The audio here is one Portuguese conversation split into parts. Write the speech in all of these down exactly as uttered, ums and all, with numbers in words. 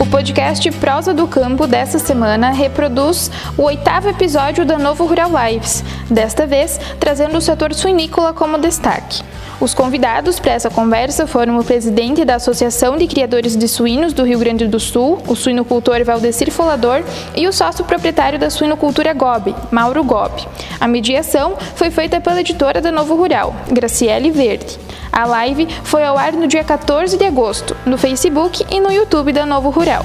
O podcast Prosa do Campo desta semana reproduz o oitavo episódio da Novo Rural Lives, desta vez trazendo o setor suinícola como destaque. Os convidados para essa conversa foram o presidente da Associação de Criadores de Suínos do Rio Grande do Sul, o suinocultor Valdecir Folador, e o sócio proprietário da suinocultura Gobi, Mauro Gobi. A mediação foi feita pela editora da Novo Rural, Graciele Verde. A live foi ao ar no dia quatorze de agosto, no Facebook e no YouTube da Novo Rural.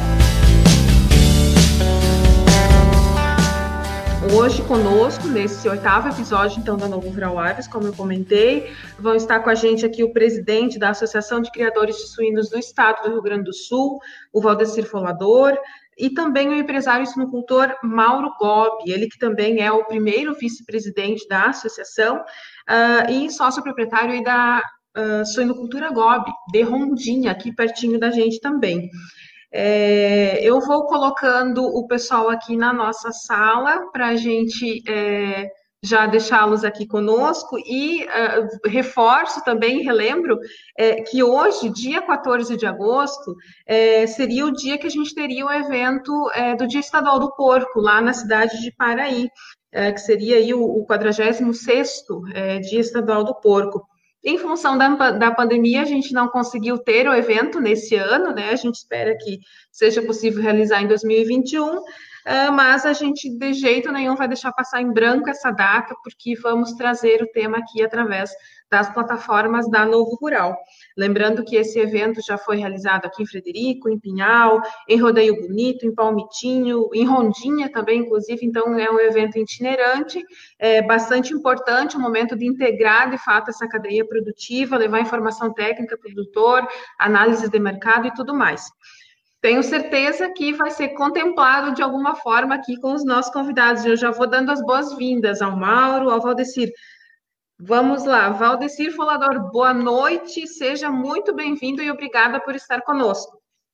Hoje conosco, nesse oitavo episódio então da Novo Rural Lives, como eu comentei, vão estar com a gente aqui o presidente da Associação de Criadores de Suínos do Estado do Rio Grande do Sul, o Valdecir Folador, e também o empresário e suinocultor Mauro Gobi, ele que também é o primeiro vice-presidente da associação uh, e sócio proprietário aí da uh, suinocultura Gobi, de Rondinha, aqui pertinho da gente também. É, eu vou colocando o pessoal aqui na nossa sala para a gente é, já deixá-los aqui conosco e uh, reforço também, relembro, é, que hoje, dia quatorze de agosto, é, seria o dia que a gente teria o evento é, do Dia Estadual do Porco, lá na cidade de Paraí, é, que seria aí o, o quadragésimo sexto é, Dia Estadual do Porco. Em função da, da pandemia, a gente não conseguiu ter o evento nesse ano, né? A gente espera que seja possível realizar em dois mil e vinte e um, uh, mas a gente de jeito nenhum vai deixar passar em branco essa data, porque vamos trazer o tema aqui através das plataformas da Novo Rural. Lembrando que esse evento já foi realizado aqui em Frederico, em Pinhal, em Rodeio Bonito, em Palmitinho, em Rondinha também, inclusive, então é um evento itinerante, é bastante importante, um momento de integrar, de fato, essa cadeia produtiva, levar informação técnica para o produtor, análise de mercado e tudo mais. Tenho certeza que vai ser contemplado de alguma forma aqui com os nossos convidados. Eu já vou dando as boas-vindas ao Mauro, ao Valdecir. Vamos lá, Valdecir Folador, boa noite, seja muito bem-vindo e obrigada por estar conosco.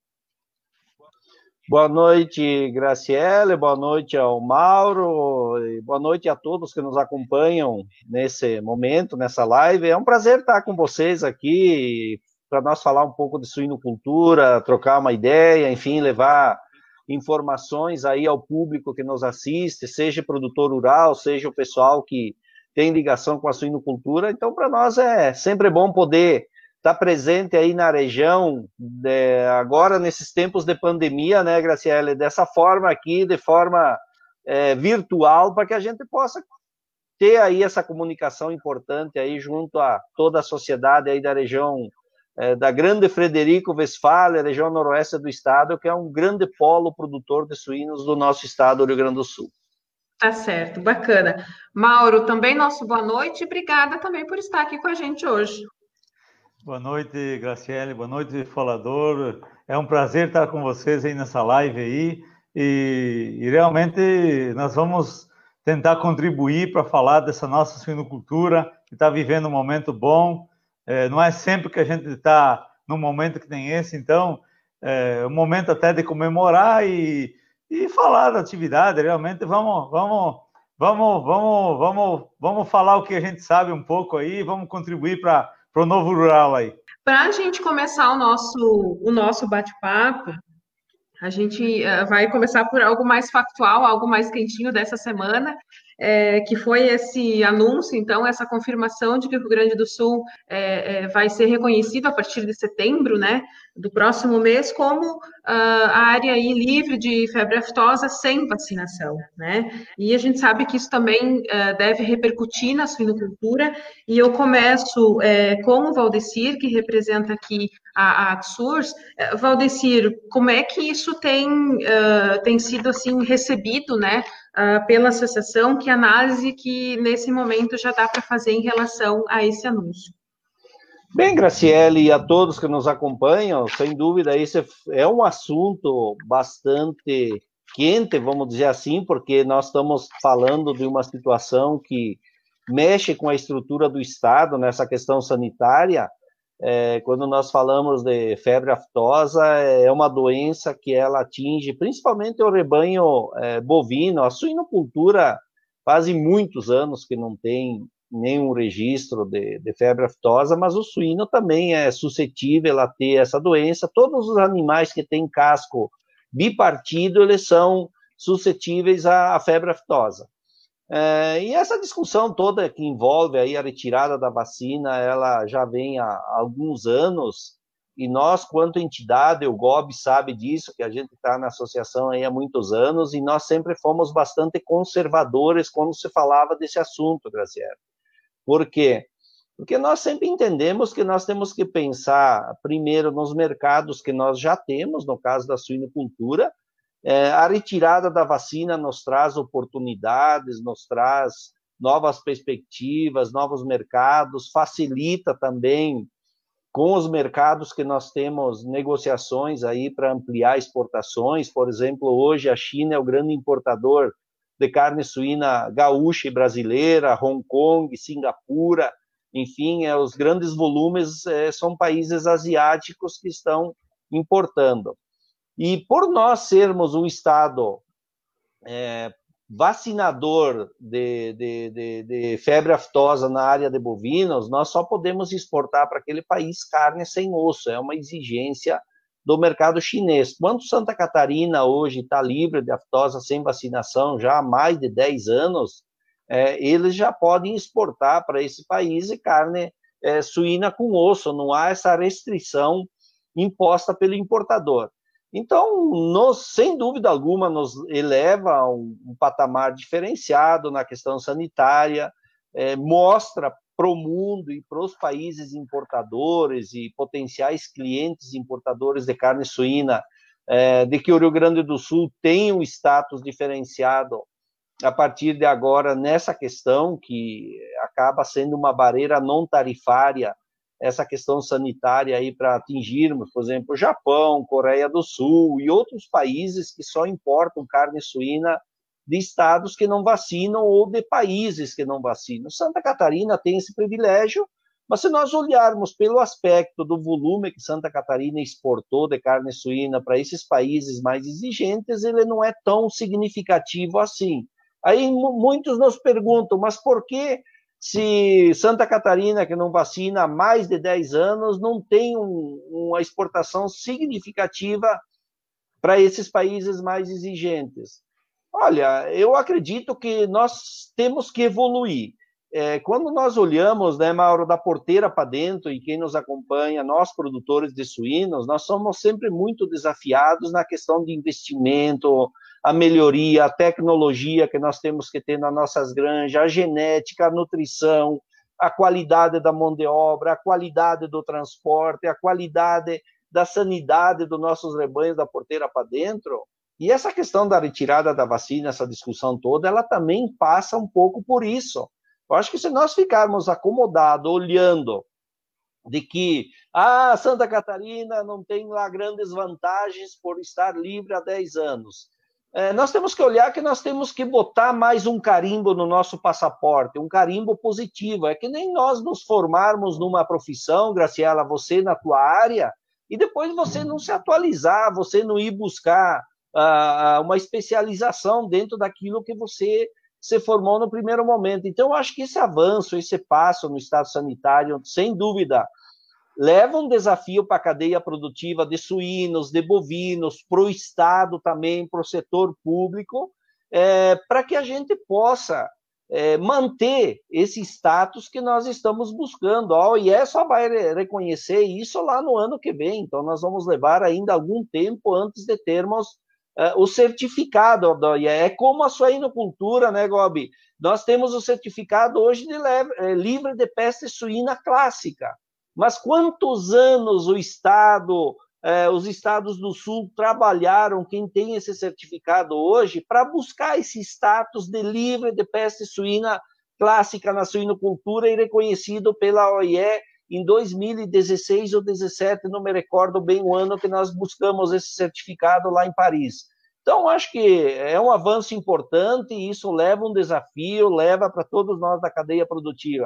Boa noite, Graciele, boa noite ao Mauro, e boa noite a todos que nos acompanham nesse momento, nessa live. É um prazer estar com vocês aqui para nós falar um pouco de suinocultura, trocar uma ideia, enfim, levar informações aí ao público que nos assiste, seja produtor rural, seja o pessoal que tem ligação com a suinocultura. Então, para nós é sempre bom poder estar presente aí na região, de, agora nesses tempos de pandemia, né, Graciele, dessa forma aqui, de forma é, virtual, para que a gente possa ter aí essa comunicação importante aí junto a toda a sociedade aí da região é, da Grande Frederico Westphalen, região noroeste do estado, que é um grande polo produtor de suínos do nosso estado do Rio Grande do Sul. Tá certo, bacana. Mauro, também nosso boa noite e obrigada também por estar aqui com a gente hoje. Boa noite, Graciele, boa noite, Folador. É um prazer estar com vocês aí nessa live aí e, e realmente nós vamos tentar contribuir para falar dessa nossa suinocultura que está vivendo um momento bom. É, não é sempre que a gente está num momento que tem esse, então é um momento até de comemorar e E falar da atividade, realmente, vamos, vamos, vamos, vamos, vamos, vamos falar o que a gente sabe um pouco aí, vamos contribuir para o Novo Rural aí. Para a gente começar o nosso, o nosso bate-papo, a gente uh, vai começar por algo mais factual, algo mais quentinho dessa semana, é, que foi esse anúncio, então, essa confirmação de que o Rio Grande do Sul é, é, vai ser reconhecido a partir de setembro, né, do próximo mês, como uh, a área aí livre de febre aftosa sem vacinação, né? E a gente sabe que isso também uh, deve repercutir na suinocultura, e eu começo uh, com o Valdecir, que representa aqui a, a AdSource. Uh, Valdecir, como é que isso tem, uh, tem sido, assim, recebido, né, uh, pela associação? Que análise que, nesse momento, já dá para fazer em relação a esse anúncio? Bem, Graciele, e a todos que nos acompanham, sem dúvida, esse é um assunto bastante quente, vamos dizer assim, porque nós estamos falando de uma situação que mexe com a estrutura do Estado nessa questão sanitária. É, quando nós falamos de febre aftosa, é uma doença que ela atinge principalmente o rebanho é, bovino. A suinocultura faz muitos anos que não tem nenhum registro de, de febre aftosa, mas o suíno também é suscetível a ter essa doença. Todos os animais que têm casco bipartido, eles são suscetíveis à, à febre aftosa. É, e essa discussão toda que envolve aí a retirada da vacina, ela já vem há, há alguns anos, e nós, quanto entidade, o G O B sabe disso, que a gente está na associação aí há muitos anos, e nós sempre fomos bastante conservadores quando se falava desse assunto, Graciela. Por quê? Porque nós sempre entendemos que nós temos que pensar, primeiro, nos mercados que nós já temos, no caso da suinocultura. É, a retirada da vacina nos traz oportunidades, nos traz novas perspectivas, novos mercados, facilita também com os mercados que nós temos negociações aí para ampliar exportações. Por exemplo, hoje a China é o grande importador de carne suína gaúcha e brasileira, Hong Kong, Singapura, enfim, é, os grandes volumes é, são países asiáticos que estão importando. E por nós sermos um estado é, vacinador de, de, de, de febre aftosa na área de bovinos, nós só podemos exportar para aquele país carne sem osso, é uma exigência do mercado chinês. Quando Santa Catarina hoje está livre de aftosa sem vacinação já há mais de dez anos, é, eles já podem exportar para esse país carne é, suína com osso, não há essa restrição imposta pelo importador. Então, nos, sem dúvida alguma, nos eleva a um, um patamar diferenciado na questão sanitária, é, mostra para o mundo e para os países importadores e potenciais clientes importadores de carne suína, é, de que o Rio Grande do Sul tem um status diferenciado a partir de agora nessa questão, que acaba sendo uma barreira não tarifária, essa questão sanitária aí para atingirmos, por exemplo, Japão, Coreia do Sul e outros países que só importam carne suína de estados que não vacinam ou de países que não vacinam. Santa Catarina tem esse privilégio, mas se nós olharmos pelo aspecto do volume que Santa Catarina exportou de carne suína para esses países mais exigentes, ele não é tão significativo assim. Aí muitos nos perguntam, mas por que se Santa Catarina, que não vacina há mais de dez anos, não tem um, uma exportação significativa para esses países mais exigentes? Olha, eu acredito que nós temos que evoluir. É, quando nós olhamos, né, Mauro, da porteira para dentro, e quem nos acompanha, nós produtores de suínos, nós somos sempre muito desafiados na questão de investimento, a melhoria, a tecnologia que nós temos que ter nas nossas granjas, a genética, a nutrição, a qualidade da mão de obra, a qualidade do transporte, a qualidade da sanidade dos nossos rebanhos da porteira para dentro. E essa questão da retirada da vacina, essa discussão toda, ela também passa um pouco por isso. Eu acho que se nós ficarmos acomodados, olhando de que ah, Santa Catarina não tem lá grandes vantagens por estar livre há dez anos, é, nós temos que olhar que nós temos que botar mais um carimbo no nosso passaporte, um carimbo positivo. É que nem nós nos formarmos numa profissão, Graciela, você na tua área, e depois você não se atualizar, você não ir buscar uh, uma especialização dentro daquilo que você se formou no primeiro momento. Então, eu acho que esse avanço, esse passo no estado sanitário, sem dúvida, leva um desafio para a cadeia produtiva de suínos, de bovinos, para o Estado também, para o setor público, é, para que a gente possa é, manter esse status que nós estamos buscando. A O I E só vai reconhecer isso lá no ano que vem, então nós vamos levar ainda algum tempo antes de termos é, o certificado da O I E. É como a suinocultura, né, Gobi? Nós temos o certificado hoje de leve, livre de peste suína clássica. Mas quantos anos o Estado, eh, os estados do Sul trabalharam, quem tem esse certificado hoje, para buscar esse status de livre de peste suína clássica na suinocultura e reconhecido pela O I E em dois mil e dezesseis ou dois mil e dezessete, não me recordo bem o ano que nós buscamos esse certificado lá em Paris. Então, acho que é um avanço importante e isso leva um desafio, leva para todos nós da cadeia produtiva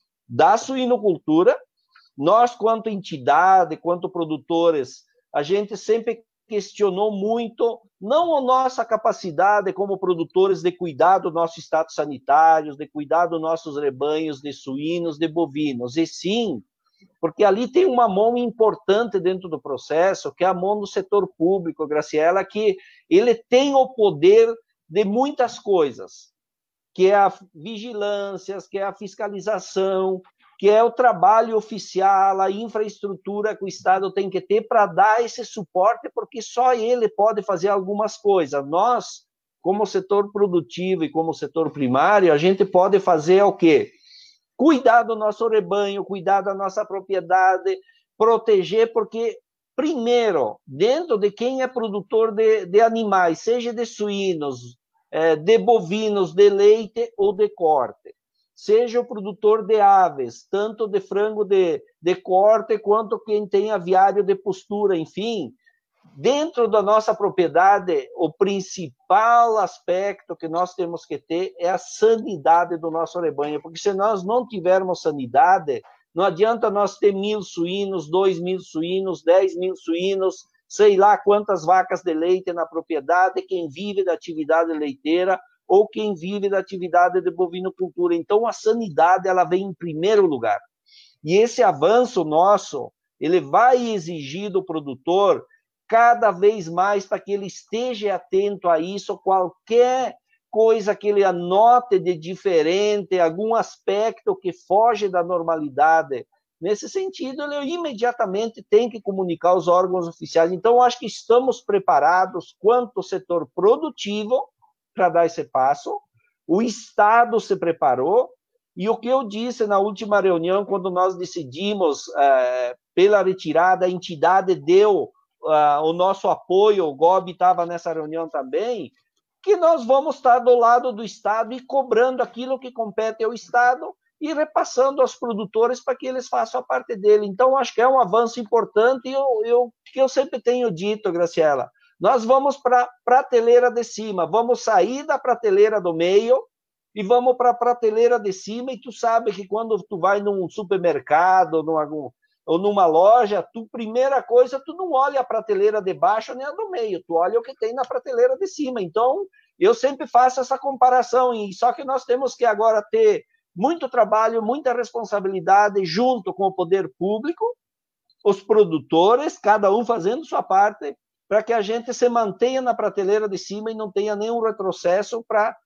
da suinocultura. Nós, quanto entidade, quanto produtores, a gente sempre questionou muito, não a nossa capacidade como produtores de cuidar do nosso status sanitário, de cuidar dos nossos rebanhos de suínos, de bovinos, e sim porque ali tem uma mão importante dentro do processo, que é a mão do setor público, Graciela, que ele tem o poder de muitas coisas, que é a vigilância, que é a fiscalização, que é o trabalho oficial, a infraestrutura que o Estado tem que ter para dar esse suporte, porque só ele pode fazer algumas coisas. Nós, como setor produtivo e como setor primário, a gente pode fazer o quê? Cuidar do nosso rebanho, cuidar da nossa propriedade, proteger, porque, primeiro, dentro de quem é produtor de, de animais, seja de suínos, de bovinos, de leite ou de corte, seja o produtor de aves, tanto de frango de, de corte, quanto quem tem aviário de postura, enfim, dentro da nossa propriedade, o principal aspecto que nós temos que ter é a sanidade do nosso rebanho, porque se nós não tivermos sanidade, não adianta nós ter mil suínos, dois mil suínos, dez mil suínos, sei lá quantas vacas de leite na propriedade, quem vive da atividade leiteira ou quem vive da atividade de bovinocultura. Então, a sanidade, ela vem em primeiro lugar. E esse avanço nosso, ele vai exigir do produtor cada vez mais para que ele esteja atento a isso, qualquer coisa que ele anote de diferente, algum aspecto que foge da normalidade. Nesse sentido, ele imediatamente tem que comunicar aos órgãos oficiais. Então, eu acho que estamos preparados, quanto setor produtivo, para dar esse passo. O Estado se preparou, e o que eu disse na última reunião, quando nós decidimos é, pela retirada, a entidade deu Uh, o nosso apoio, o G O B estava nessa reunião também, que nós vamos estar do lado do Estado e cobrando aquilo que compete ao Estado e repassando aos produtores para que eles façam a parte dele. Então, acho que é um avanço importante, e eu, eu, que eu sempre tenho dito, Graciela, nós vamos para a prateleira de cima, vamos sair da prateleira do meio e vamos para a prateleira de cima, e tu sabe que quando tu vai num supermercado, num algum ou numa loja, tu, primeira coisa, tu não olha a prateleira de baixo nem a do meio, tu olha o que tem na prateleira de cima. Então, eu sempre faço essa comparação, e só que nós temos que agora ter muito trabalho, muita responsabilidade junto com o poder público, os produtores, cada um fazendo sua parte, para que a gente se mantenha na prateleira de cima e não tenha nenhum retrocesso para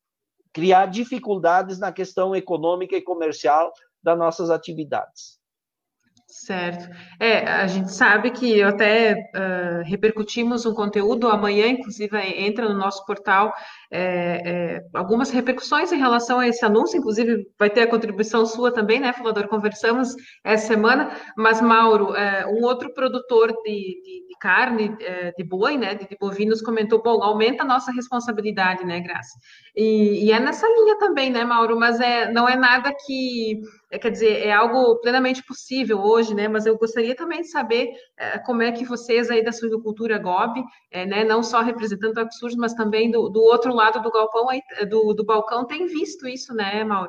criar dificuldades na questão econômica e comercial das nossas atividades. Certo. É, a gente sabe que eu até uh, repercutimos um conteúdo, amanhã, inclusive, entra no nosso portal é, é, algumas repercussões em relação a esse anúncio, inclusive vai ter a contribuição sua também, né, Falador? Conversamos essa semana, mas, Mauro, é, um outro produtor de, de, de carne, é, de boi, né, de, de bovinos, comentou, bom, aumenta a nossa responsabilidade, né, Graça? E, e é nessa linha também, né, Mauro? Mas é, não é nada que... É, quer dizer, é algo plenamente possível hoje, né? Mas eu gostaria também de saber é, como é que vocês aí da suinocultura G O B, é, né, não só representando o Absurdo, mas também do, do outro lado do galpão, aí, do, do balcão, tem visto isso, né, Mauro?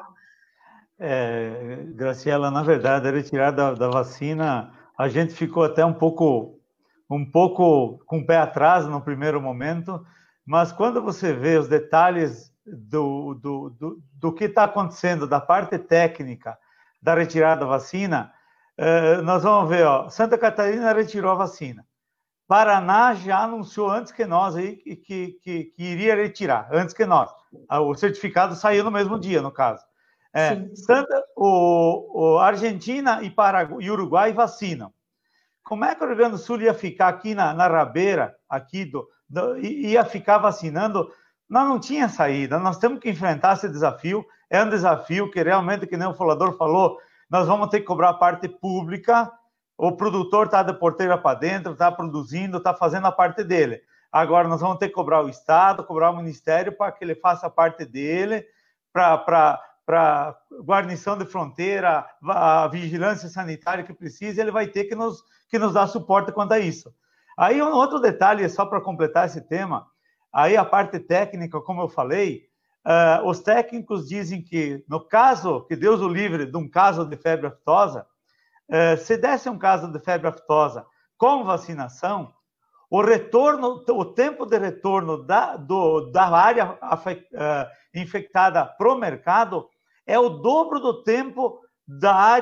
É, Graciela, na verdade, a retirada da, da vacina, a gente ficou até um pouco, um pouco com o pé atrás no primeiro momento, mas quando você vê os detalhes do, do, do, do que está acontecendo, da parte técnica, da retirada da vacina, eh, nós vamos ver, ó, Santa Catarina retirou a vacina. Paraná já anunciou antes que nós aí que, que, que, que iria retirar, antes que nós. O certificado saiu no mesmo dia, no caso. É, Santa, o, o Argentina e, Paraguai, e Uruguai vacinam. Como é que o Rio Grande do Sul ia ficar aqui na, na rabeira, aqui do, do, ia ficar vacinando? Nós não tinha saída, nós temos que enfrentar esse desafio. É um desafio que realmente, que nem o Falador falou, nós vamos ter que cobrar a parte pública. O produtor está de porteira para dentro, está produzindo, está fazendo a parte dele. Agora nós vamos ter que cobrar o Estado, cobrar o Ministério para que ele faça a parte dele, para para guarnição de fronteira, a vigilância sanitária que precisa, ele vai ter que nos, que nos dar suporte quanto a isso. Aí um outro detalhe, só para completar esse tema, aí a parte técnica, como eu falei, uh, os técnicos dizem que no caso, que Deus o livre de um caso de febre aftosa, uh, se desse um caso de febre aftosa com vacinação, o retorno, o tempo de retorno da, do, da área uh, infectada para o mercado é o dobro do tempo da área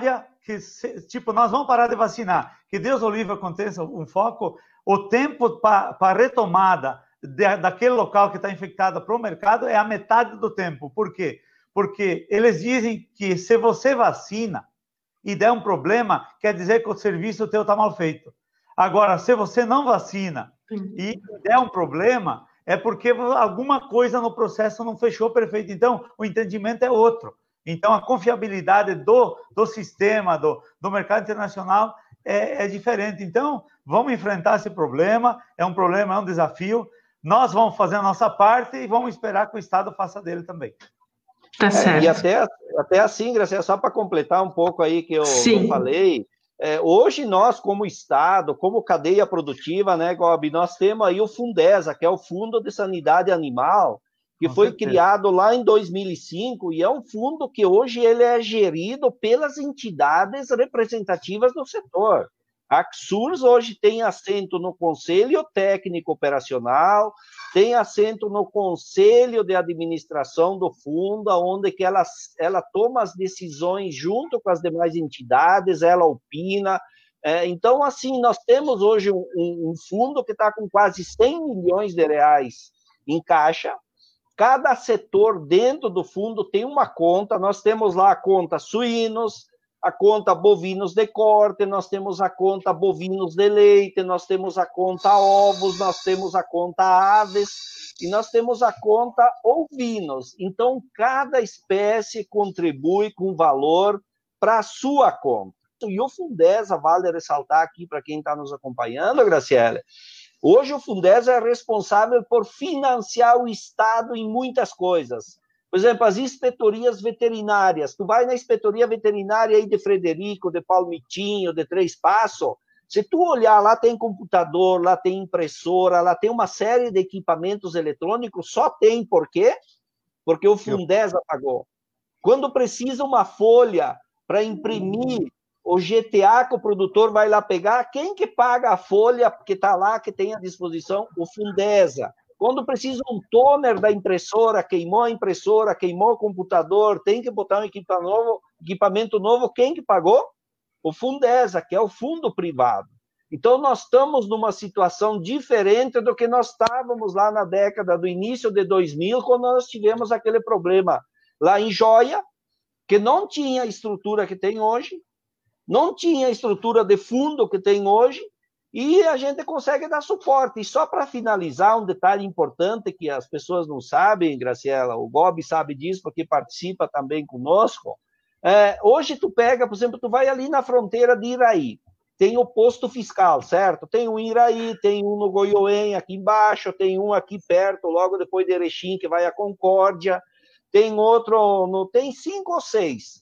que tipo, nós vamos parar de vacinar, que Deus o livre aconteça um foco, o tempo para a retomada de, daquele local que está infectado para o mercado é a metade do tempo. Por quê? Porque eles dizem que se você vacina e der um problema, quer dizer que o serviço teu está mal feito. Agora, se você não vacina e der um problema, é porque alguma coisa no processo não fechou perfeito. Então, o entendimento é outro. Então, a confiabilidade do, do sistema, do, do mercado internacional é, é diferente. Então, vamos enfrentar esse problema. É um problema, é um desafio. Nós vamos fazer a nossa parte e vamos esperar que o Estado faça dele também. Tá certo. É, e até, até assim, Graciela, só para completar um pouco aí que eu, eu falei, é, hoje nós, como Estado, como cadeia produtiva, né, Gobi, nós temos aí o Fundesa, que é o Fundo de Sanidade Animal, que Com foi certeza. criado lá em dois mil e cinco, e é um fundo que hoje ele é gerido pelas entidades representativas do setor. A Axurs hoje tem assento no Conselho Técnico Operacional, tem assento no Conselho de Administração do fundo, onde que ela, ela toma as decisões junto com as demais entidades, ela opina. É, então, assim, nós temos hoje um, um fundo que está com quase cem milhões de reais em caixa. Cada setor dentro do fundo tem uma conta, nós temos lá a conta suínos, a conta bovinos de corte, nós temos a conta bovinos de leite, nós temos a conta ovos, nós temos a conta aves e nós temos a conta ovinos. Então, cada espécie contribui com valor para a sua conta. E o Fundesa, vale ressaltar aqui para quem está nos acompanhando, Graciela, hoje o Fundesa é responsável por financiar o Estado em muitas coisas. Por exemplo, as inspetorias veterinárias. Tu vai na inspetoria veterinária aí de Frederico, de Palmitinho, de Três Passos, se tu olhar, lá tem computador, lá tem impressora, lá tem uma série de equipamentos eletrônicos, só tem por quê? Porque o Fundesa pagou. Quando precisa uma folha para imprimir o G T A que o produtor vai lá pegar, quem que paga a folha que está lá, que tem à disposição? O Fundesa. Quando precisa um toner da impressora, queimou a impressora, queimou o computador, tem que botar um equipamento novo, equipamento novo, quem que pagou? O Fundesa, que é o fundo privado. Então, nós estamos numa situação diferente do que nós estávamos lá na década do início de dois mil, quando nós tivemos aquele problema lá em Joia, que não tinha a estrutura que tem hoje, não tinha a estrutura de fundo que tem hoje, e a gente consegue dar suporte. E só para finalizar, um detalhe importante que as pessoas não sabem, Graciela, o Gobi sabe disso porque participa também conosco. É, hoje tu pega, por exemplo, tu vai ali na fronteira de Iraí, tem o posto fiscal, certo? Tem um em Iraí, tem um no Goiôem aqui embaixo, tem um aqui perto, logo depois de Erechim, que vai a Concórdia, tem outro, no, tem cinco ou seis.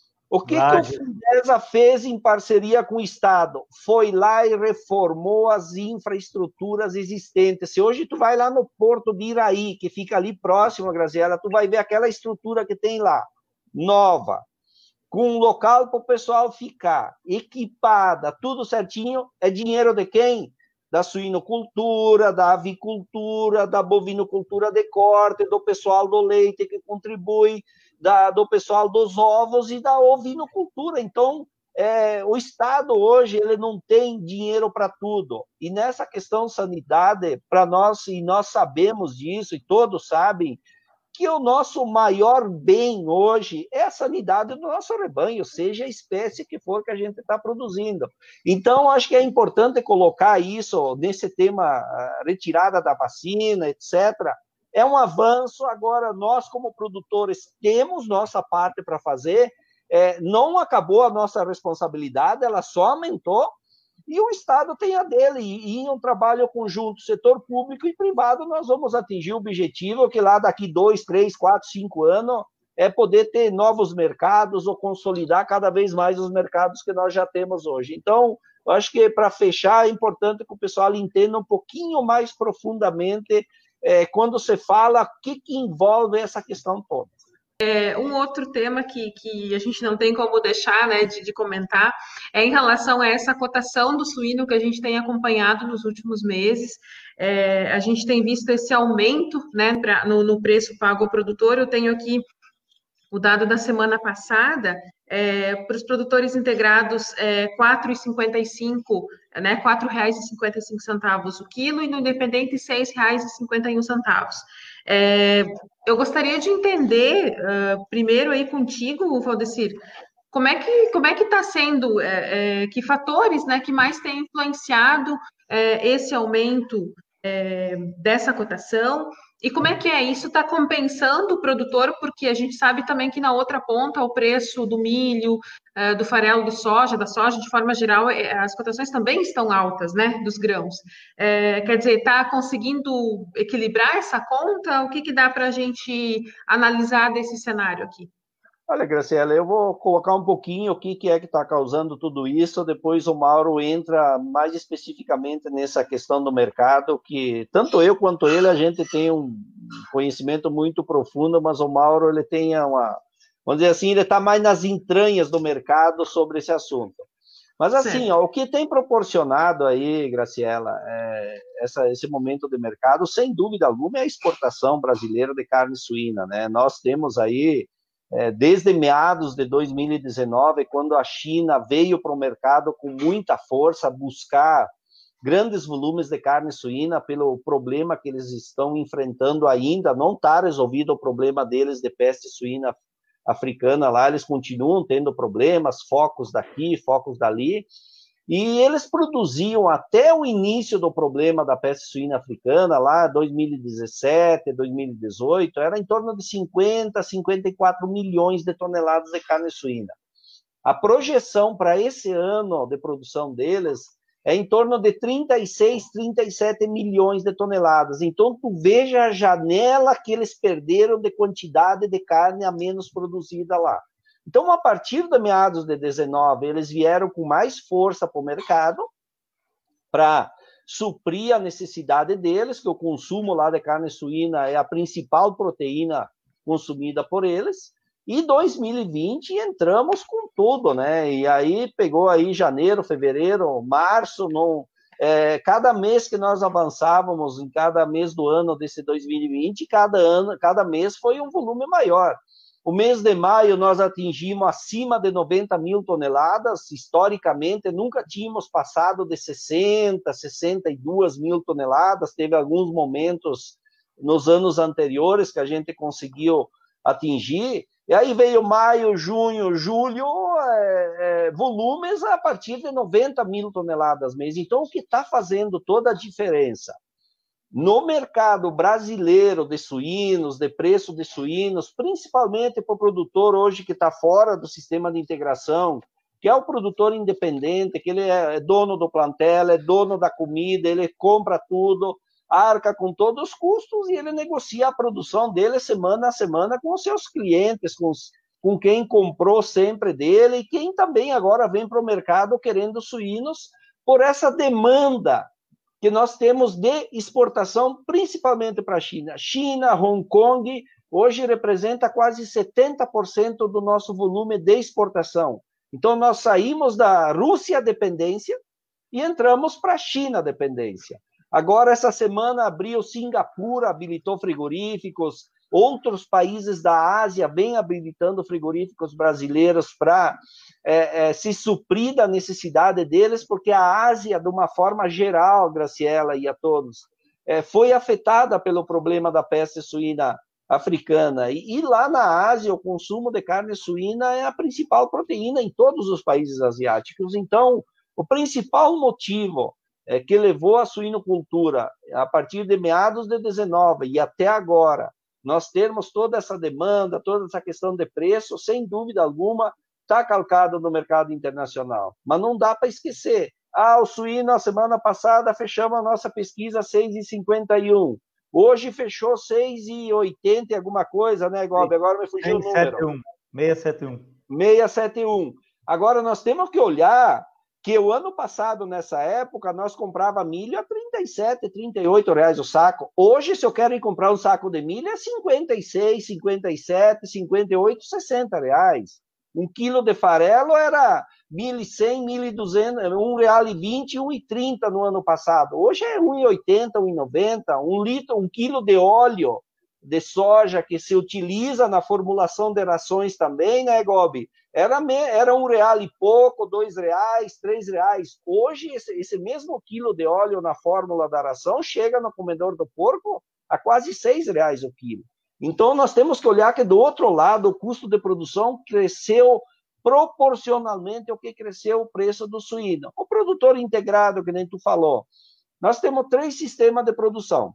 O que, que o Fundesa fez em parceria com o Estado? Foi lá e reformou as infraestruturas existentes. Se hoje tu vai lá no Porto de Iraí, que fica ali próximo, Graziela, tu vai ver aquela estrutura que tem lá, nova, com um local para o pessoal ficar, equipada, tudo certinho, é dinheiro de quem? Da suinocultura, da avicultura, da bovinocultura de corte, do pessoal do leite que contribui, Da, do pessoal dos ovos e da ovinocultura. Então, é, o Estado hoje ele não tem dinheiro para tudo. E nessa questão sanidade, para nós, e nós sabemos disso, e todos sabem, que o nosso maior bem hoje é a sanidade do nosso rebanho, seja a espécie que for que a gente está produzindo. Então, acho que é importante colocar isso nesse tema, retirada da vacina, etcétera, é um avanço. Agora, nós, como produtores, temos nossa parte para fazer, é, não acabou a nossa responsabilidade, ela só aumentou, e o Estado tem a dele, e em um trabalho conjunto, setor público e privado, nós vamos atingir o objetivo que lá daqui dois, três, quatro, cinco anos, é poder ter novos mercados ou consolidar cada vez mais os mercados que nós já temos hoje. Então, eu acho que, para fechar, é importante que o pessoal entenda um pouquinho mais profundamente É, quando você fala, o que, que envolve essa questão toda. É, um outro tema que, que a gente não tem como deixar, né, de, de comentar é em relação a essa cotação do suíno que a gente tem acompanhado nos últimos meses. É, a gente tem visto esse aumento, né, pra, no, no preço pago ao produtor. Eu tenho aqui o dado da semana passada, É, para os produtores integrados, é, quatro reais e cinquenta e cinco, né, quatro reais e cinquenta e cinco centavos o quilo, e no independente, seis reais e cinquenta e um centavos. É, eu gostaria de entender, uh, primeiro aí contigo, Valdecir, como é que como é que está sendo, é, é, que fatores, né, que mais têm influenciado é, esse aumento é, dessa cotação? E como é que é? Isso está compensando o produtor, porque a gente sabe também que na outra ponta o preço do milho, é, do farelo de soja, da soja, de forma geral, é, as cotações também estão altas, né, dos grãos. É, quer dizer, está conseguindo equilibrar essa conta? O que, que dá para a gente analisar desse cenário aqui? Olha, Graciela, eu vou colocar um pouquinho o que, que é que está causando tudo isso, depois o Mauro entra mais especificamente nessa questão do mercado, que tanto eu quanto ele, a gente tem um conhecimento muito profundo, mas o Mauro, ele tem uma, vamos dizer assim, ele está mais nas entranhas do mercado sobre esse assunto. Mas assim, ó, o que tem proporcionado aí, Graciela, é, essa, esse momento de mercado, sem dúvida alguma, é a exportação brasileira de carne suína, né? Nós temos aí, É, desde meados de dois mil e dezenove, quando a China veio para o mercado com muita força buscar grandes volumes de carne suína pelo problema que eles estão enfrentando ainda, não está resolvido o problema deles de peste suína africana lá, eles continuam tendo problemas, focos daqui, focos dali, e eles produziam até o início do problema da peste suína africana, lá dois mil e dezessete, dois mil e dezoito, era em torno de cinquenta, cinquenta e quatro milhões de toneladas de carne suína. A projeção para esse ano de produção deles é em torno de trinta e seis, trinta e sete milhões de toneladas. Então, tu veja a janela que eles perderam de quantidade de carne a menos produzida lá. Então, a partir de meados de dezenove, eles vieram com mais força para o mercado para suprir a necessidade deles, que o consumo lá de carne suína é a principal proteína consumida por eles. E dois mil e vinte entramos com tudo, né? E aí pegou aí janeiro, fevereiro, março, não, é, cada mês que nós avançávamos, em cada mês do ano desse dois mil e vinte, cada ano, cada mês foi um volume maior. O mês de maio nós atingimos acima de noventa mil toneladas, historicamente nunca tínhamos passado de sessenta, sessenta e duas mil toneladas, teve alguns momentos nos anos anteriores que a gente conseguiu atingir, e aí veio maio, junho, julho, é, é, volumes a partir de noventa mil toneladas mês. Então, o que está fazendo toda a diferença no mercado brasileiro de suínos, de preço de suínos, principalmente para o produtor hoje que está fora do sistema de integração, que é o produtor independente, que ele é dono do plantel, é dono da comida, ele compra tudo, arca com todos os custos e ele negocia a produção dele semana a semana com os seus clientes, com, os, com quem comprou sempre dele e quem também agora vem para o mercado querendo suínos por essa demanda que nós temos de exportação, principalmente para a China. China, Hong Kong, hoje representa quase setenta por cento do nosso volume de exportação. Então, nós saímos da Rússia dependência e entramos para a China dependência. Agora, essa semana, abriu Singapura, habilitou frigoríficos, outros países da Ásia vêm habilitando frigoríficos brasileiros para é, é, se suprir da necessidade deles, porque a Ásia, de uma forma geral, Graciela e a todos, é, foi afetada pelo problema da peste suína africana. E, e lá na Ásia, o consumo de carne suína é a principal proteína em todos os países asiáticos. Então, o principal motivo é, que levou a suinocultura, a partir de meados de dezenove e até agora, nós termos toda essa demanda, toda essa questão de preço, sem dúvida alguma, está calcado no mercado internacional. Mas não dá para esquecer. Ah, o suíno, a semana passada, fechamos a nossa pesquisa seis reais e cinquenta e um. Hoje fechou seis reais e oitenta e alguma coisa, né, Gob? Agora me fugiu o número. seiscentos e setenta e um. seiscentos e setenta e um. seiscentos e setenta e um. Agora, nós temos que olhar que o ano passado, nessa época, nós comprava milho a trinta e sete, trinta e oito reais o saco. Hoje, se eu quero ir comprar um saco de milho, é cinquenta e seis, cinquenta e sete, cinquenta e oito, sessenta reais. Um quilo de farelo era mil e cem, mil e duzentos, um real e vinte, um e trinta no ano passado. Hoje é um e oitenta, um e noventa, um litro, um quilo de óleo de soja que se utiliza na formulação de rações também, né, Gobi? Era, me, era um real e pouco, dois reais, três reais. Hoje, esse, esse mesmo quilo de óleo na fórmula da ração chega no comedor do porco a quase seis reais o quilo. Então, nós temos que olhar que, do outro lado, o custo de produção cresceu proporcionalmente ao que cresceu o preço do suíno. O produtor integrado, que nem tu falou, nós temos três sistemas de produção.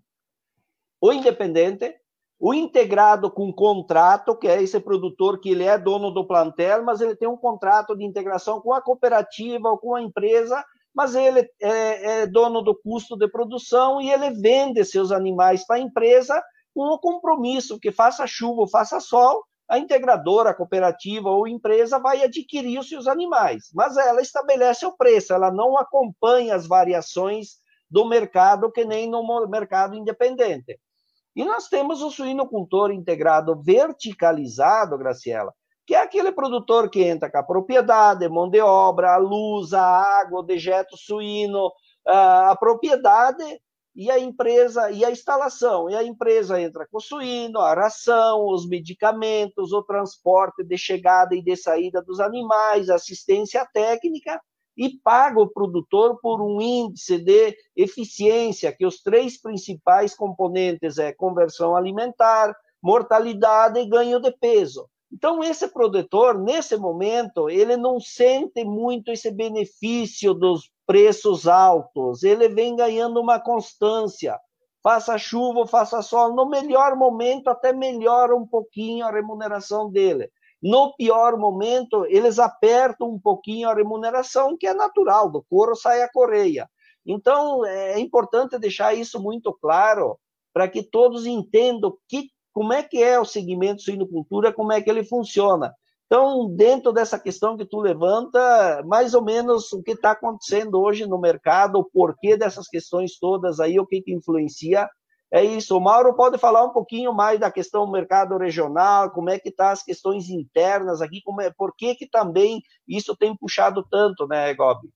O independente, o integrado com contrato, que é esse produtor que ele é dono do plantel, mas ele tem um contrato de integração com a cooperativa ou com a empresa, mas ele é, é dono do custo de produção e ele vende seus animais para a empresa com o compromisso que faça chuva ou faça sol, a integradora, a cooperativa ou empresa vai adquirir os seus animais, mas ela estabelece o preço, ela não acompanha as variações do mercado que nem no mercado independente. E nós temos o suinocultor integrado verticalizado, Graciela, que é aquele produtor que entra com a propriedade, mão de obra, a luz, a água, o dejeto suíno, a propriedade e a empresa, e a instalação. E a empresa entra com o suíno, a ração, os medicamentos, o transporte de chegada e de saída dos animais, assistência técnica, e paga o produtor por um índice de eficiência, que os três principais componentes é conversão alimentar, mortalidade e ganho de peso. Então, esse produtor, nesse momento, ele não sente muito esse benefício dos preços altos, ele vem ganhando uma constância, faça chuva ou faça sol, no melhor momento até melhora um pouquinho a remuneração dele. No pior momento, eles apertam um pouquinho a remuneração, que é natural, do couro sai a correia. Então, é importante deixar isso muito claro, para que todos entendam que, como é que é o segmento suinocultura, como é que ele funciona. Então, dentro dessa questão que tu levanta, mais ou menos o que está acontecendo hoje no mercado, o porquê dessas questões todas aí, o que, que influencia. É isso. O Mauro pode falar um pouquinho mais da questão do mercado regional, como é que estão tá as questões internas aqui, como é, por que que também isso tem puxado tanto, né, Gobi?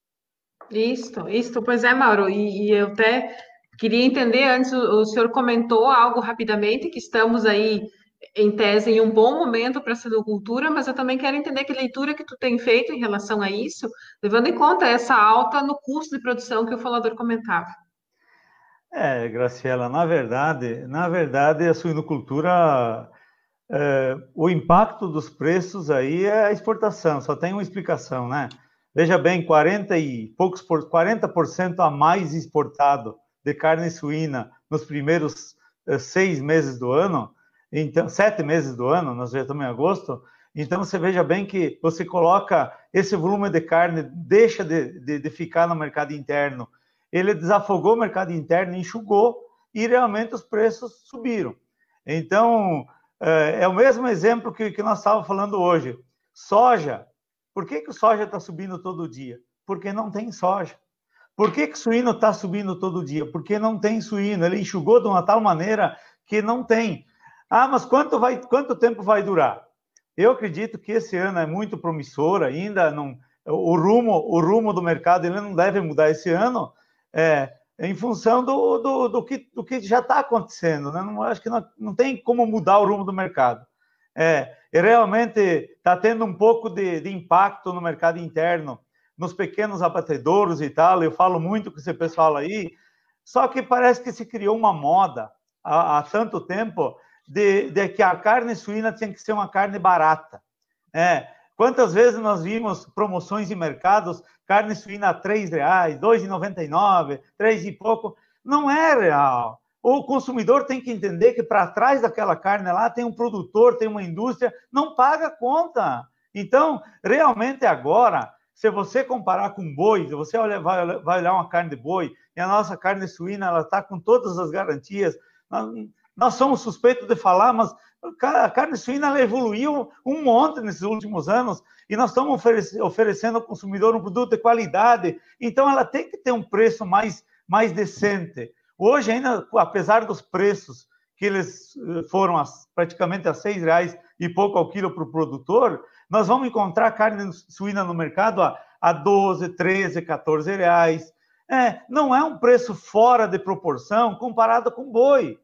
Isso, isso, pois é, Mauro, e, e eu até queria entender antes, o, o senhor comentou algo rapidamente, que estamos aí, em tese, em um bom momento para a suinocultura, mas eu também quero entender que leitura que tu tem feito em relação a isso, levando em conta essa alta no custo de produção que o falador comentava. É, Graciela, na verdade, na verdade, a suinocultura, é, o impacto dos preços aí é a exportação, só tem uma explicação, né? Veja bem, quarenta e poucos por, quarenta por cento a mais exportado de carne suína nos primeiros é, seis meses do ano, então, sete meses do ano, nós já estamos em agosto, então você veja bem que você coloca esse volume de carne, deixa de, de, de ficar no mercado interno, ele desafogou o mercado interno, enxugou e realmente os preços subiram. Então, é, é o mesmo exemplo que, que nós estávamos falando hoje. Soja. Por que, que o soja está subindo todo dia? Porque não tem soja. Por que, que o suíno está subindo todo dia? Porque não tem suíno. Ele enxugou de uma tal maneira que não tem. Ah, mas quanto, vai, quanto tempo vai durar? Eu acredito que esse ano é muito promissor ainda. Não, o, rumo, o rumo do mercado ele não deve mudar esse ano, É, em função do, do, do, que, do que já está acontecendo, né? Não, acho que não, não tem como mudar o rumo do mercado. É, e realmente está tendo um pouco de, de impacto no mercado interno, nos pequenos abatedouros e tal, eu falo muito com esse pessoal aí, só que parece que se criou uma moda há, há tanto tempo de, de que a carne suína tinha que ser uma carne barata. É, quantas vezes nós vimos promoções em mercados, carne suína a três reais, dois reais e noventa e nove centavos, três e pouco, não é real. O consumidor tem que entender que para trás daquela carne lá tem um produtor, tem uma indústria, não paga conta. Então, realmente agora, se você comparar com boi, se você olha, vai, vai olhar uma carne de boi, e a nossa carne suína, ela está com todas as garantias, nós, nós somos suspeitos de falar, mas a carne suína ela evoluiu um monte nesses últimos anos, e nós estamos oferecendo, oferecendo ao consumidor um produto de qualidade, então ela tem que ter um preço mais, mais decente. Hoje, ainda, apesar dos preços que eles foram a, praticamente a seis reais e pouco ao quilo para o produtor, nós vamos encontrar carne suína no mercado a, a doze, treze, quatorze reais. É, não é um preço fora de proporção comparado com boi.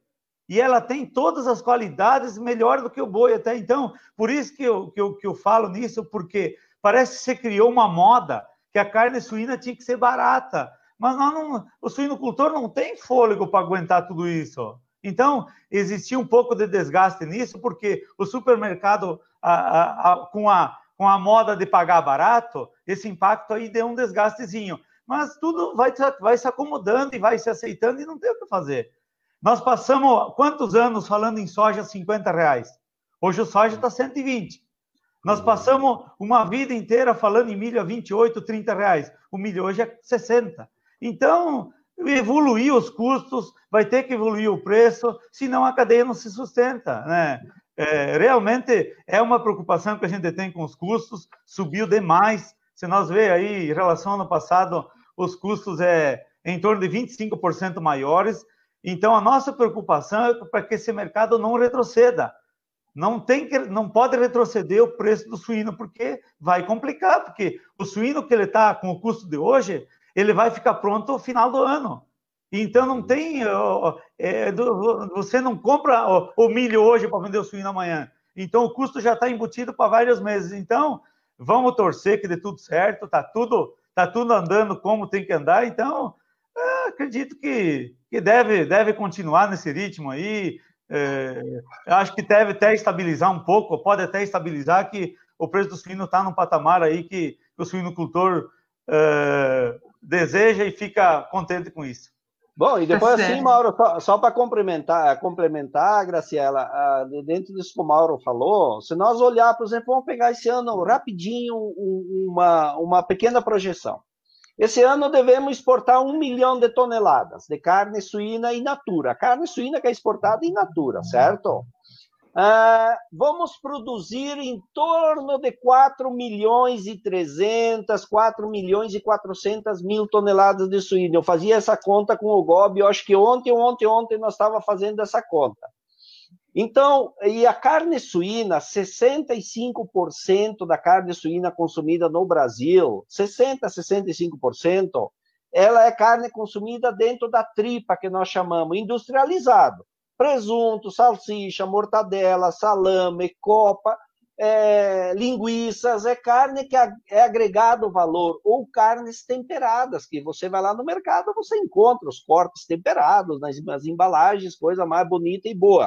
e ela tem todas as qualidades melhor do que o boi até então. Por isso que eu, que eu, que eu falo nisso, porque parece que você criou uma moda que a carne suína tinha que ser barata. Mas nós não, o suinocultor não tem fôlego para aguentar tudo isso. Então, existia um pouco de desgaste nisso, porque o supermercado, a, a, a, com, a, com a moda de pagar barato, esse impacto aí deu um desgastezinho. Mas tudo vai, vai se acomodando e vai se aceitando e não tem o que fazer. Nós passamos quantos anos falando em soja cinquenta reais? Hoje o soja está cento e vinte. Nós passamos uma vida inteira falando em milho a vinte e oito, trinta reais. O milho hoje é sessenta. Então, evoluir os custos, vai ter que evoluir o preço, senão a cadeia não se sustenta, né? É, realmente é uma preocupação que a gente tem com os custos, subiu demais. Se nós ver aí, em relação ao ano passado, os custos é em torno de vinte e cinco por cento maiores. Então, a nossa preocupação é para que esse mercado não retroceda. Não, tem que, não pode retroceder o preço do suíno, porque vai complicar, porque o suíno que ele está com o custo de hoje, ele vai ficar pronto no final do ano. Então, não tem... É, você não compra o, o milho hoje para vender o suíno amanhã. Então, o custo já está embutido para vários meses. Então, vamos torcer que dê tudo certo, está tudo, tá tudo andando como tem que andar. Então, é, acredito que, que deve, deve continuar nesse ritmo aí. É, acho que deve até estabilizar um pouco, pode até estabilizar, que o preço do suíno está num patamar aí que, que o suinocultor é, deseja e fica contente com isso. Bom, e depois tá assim, Mauro, só, só para complementar, complementar, Graciela, ah, dentro disso que o Mauro falou, se nós olhar, por exemplo, vamos pegar esse ano rapidinho uma, uma pequena projeção. Esse ano devemos exportar um milhão de toneladas de carne suína in natura. A carne suína que é exportada in natura, certo? Ah, vamos produzir em torno de quatro milhões e trezentas, quatro milhões e quatrocentas mil toneladas de suíno. Eu fazia essa conta com o Gobi, eu acho que ontem, ontem, ontem nós estávamos fazendo essa conta. Então, e a carne suína, sessenta e cinco por cento da carne suína consumida no Brasil, sessenta, sessenta e cinco por cento, ela é carne consumida dentro da tripa, que nós chamamos, industrializado. Presunto, salsicha, mortadela, salame, copa, é, linguiças, é carne que é agregado valor, ou carnes temperadas, que você vai lá no mercado, você encontra os cortes temperados, nas, nas embalagens, coisa mais bonita e boa.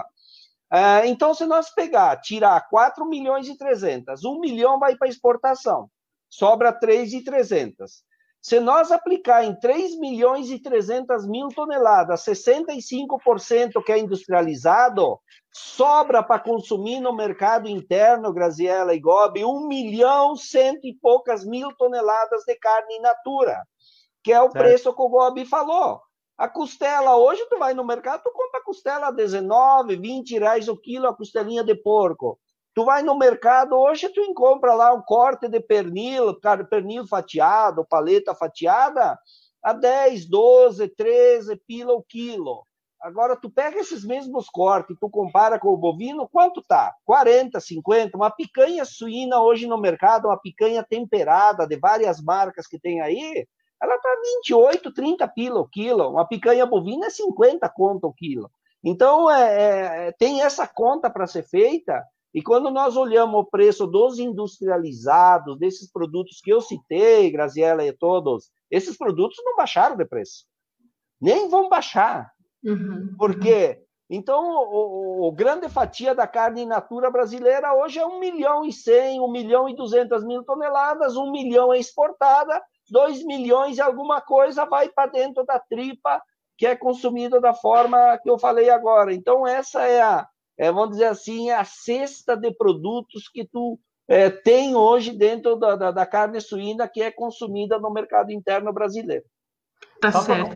É, então, se nós pegar, tirar quatro milhões e trezentas, um milhão vai para exportação, sobra três milhões e trezentas. Se nós aplicar em três milhões e trezentas mil toneladas, sessenta e cinco por cento que é industrializado, sobra para consumir no mercado interno, Graziela e Gobi, um milhão cento e poucas mil toneladas de carne in natura, que é o certo. Preço que o Gobi falou. A costela, hoje tu vai no mercado, tu compra costela a dezenove, vinte reais o quilo, a costelinha de porco. Tu vai no mercado, hoje tu encontra lá um corte de pernil, pernil fatiado, paleta fatiada, a dez, doze, treze pila o quilo. Agora, tu pega esses mesmos cortes, tu compara com o bovino, quanto tá? quarenta, cinquenta. Uma picanha suína hoje no mercado, uma picanha temperada de várias marcas que tem aí, ela tá vinte e oito, trinta pila o quilo. Uma picanha bovina é cinquenta conto o quilo. Então, é, é, tem essa conta para ser feita. E quando nós olhamos o preço dos industrializados, desses produtos que eu citei, Graziela e todos, esses produtos não baixaram de preço. Nem vão baixar. Uhum. Por quê? Então, o, o, o grande fatia da carne in natura brasileira hoje é um milhão e cem, um milhão e duzentas mil toneladas, um milhão é exportada, dois milhões e alguma coisa vai para dentro da tripa, que é consumida da forma que eu falei agora. Então, essa é a... É, vamos dizer assim, a cesta de produtos que tu é, tem hoje dentro da, da, da carne suína que é consumida no mercado interno brasileiro. Tá só certo.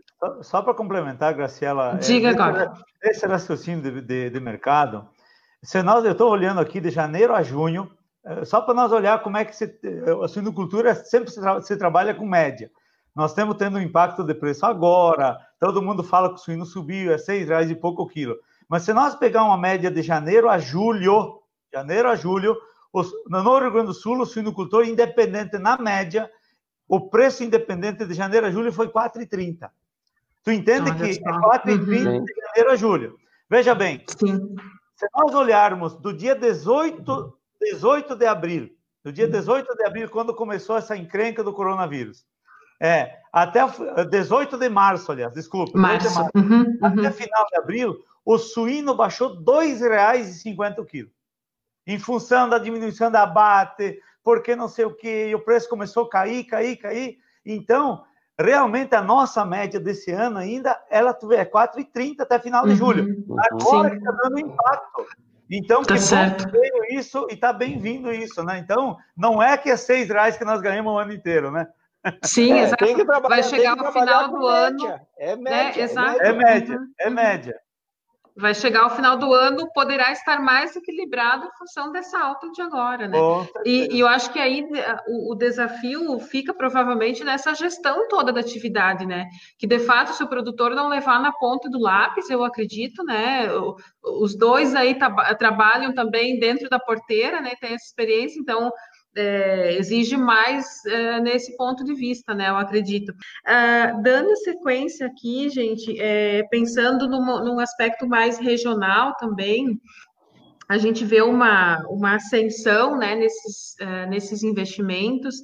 Só para complementar, Graciela, diga é, agora. Esse, esse raciocínio de, de, de mercado, se nós, eu estou olhando aqui de janeiro a junho, é, só para nós olhar como é que se, a suinocultura sempre se, tra, se trabalha com média. Nós estamos tendo um impacto de preço agora, todo mundo fala que o suíno subiu, é seis reais e pouco o quilo. Mas se nós pegar uma média de janeiro a julho, janeiro a julho, os, no Rio Grande do Sul, o suinocultor independente, na média, o preço independente de janeiro a julho foi quatro reais e trinta. Tu entende que é quatro reais e trinta uhum. de janeiro a julho. Veja bem, Sim. se nós olharmos do dia dezoito, dezoito de abril, do dia dezoito de abril, quando começou essa encrenca do coronavírus, é, até dezoito de março, aliás, desculpa, Março. de março, uhum, uhum. até final de abril, o suíno baixou dois reais e cinquenta o quilo, em função da diminuição da abate, porque não sei o que, e o preço começou a cair, cair, cair. Então, realmente, a nossa média desse ano ainda, ela é quatro e trinta até final de Uhum. julho. Agora Sim. que está dando impacto. Então, Tá que certo. bom que veio isso e está bem-vindo isso, né? Então, não é que é seis reais que nós ganhamos o ano inteiro, né? Sim, É, exato. tem que trabalhar, Vai chegar tem que ao trabalhar final com do média. ano, É né? média, é Exato. média. É média, Uhum, é uhum. média. Vai chegar ao final do ano, poderá estar mais equilibrado em função dessa alta de agora, né? Com E, certeza. e eu acho que aí o, o desafio fica provavelmente nessa gestão toda da atividade, né? Que de fato, se o produtor não levar na ponta do lápis, eu acredito, né? O- Os dois aí tra- trabalham também dentro da porteira, né? Tem essa experiência, então é, exige mais é, nesse ponto de vista, né? Eu acredito. Ah, dando sequência aqui, gente, é, pensando numa- num aspecto mais regional também, a gente vê uma, uma ascensão, né, nesses, eh, nesses investimentos.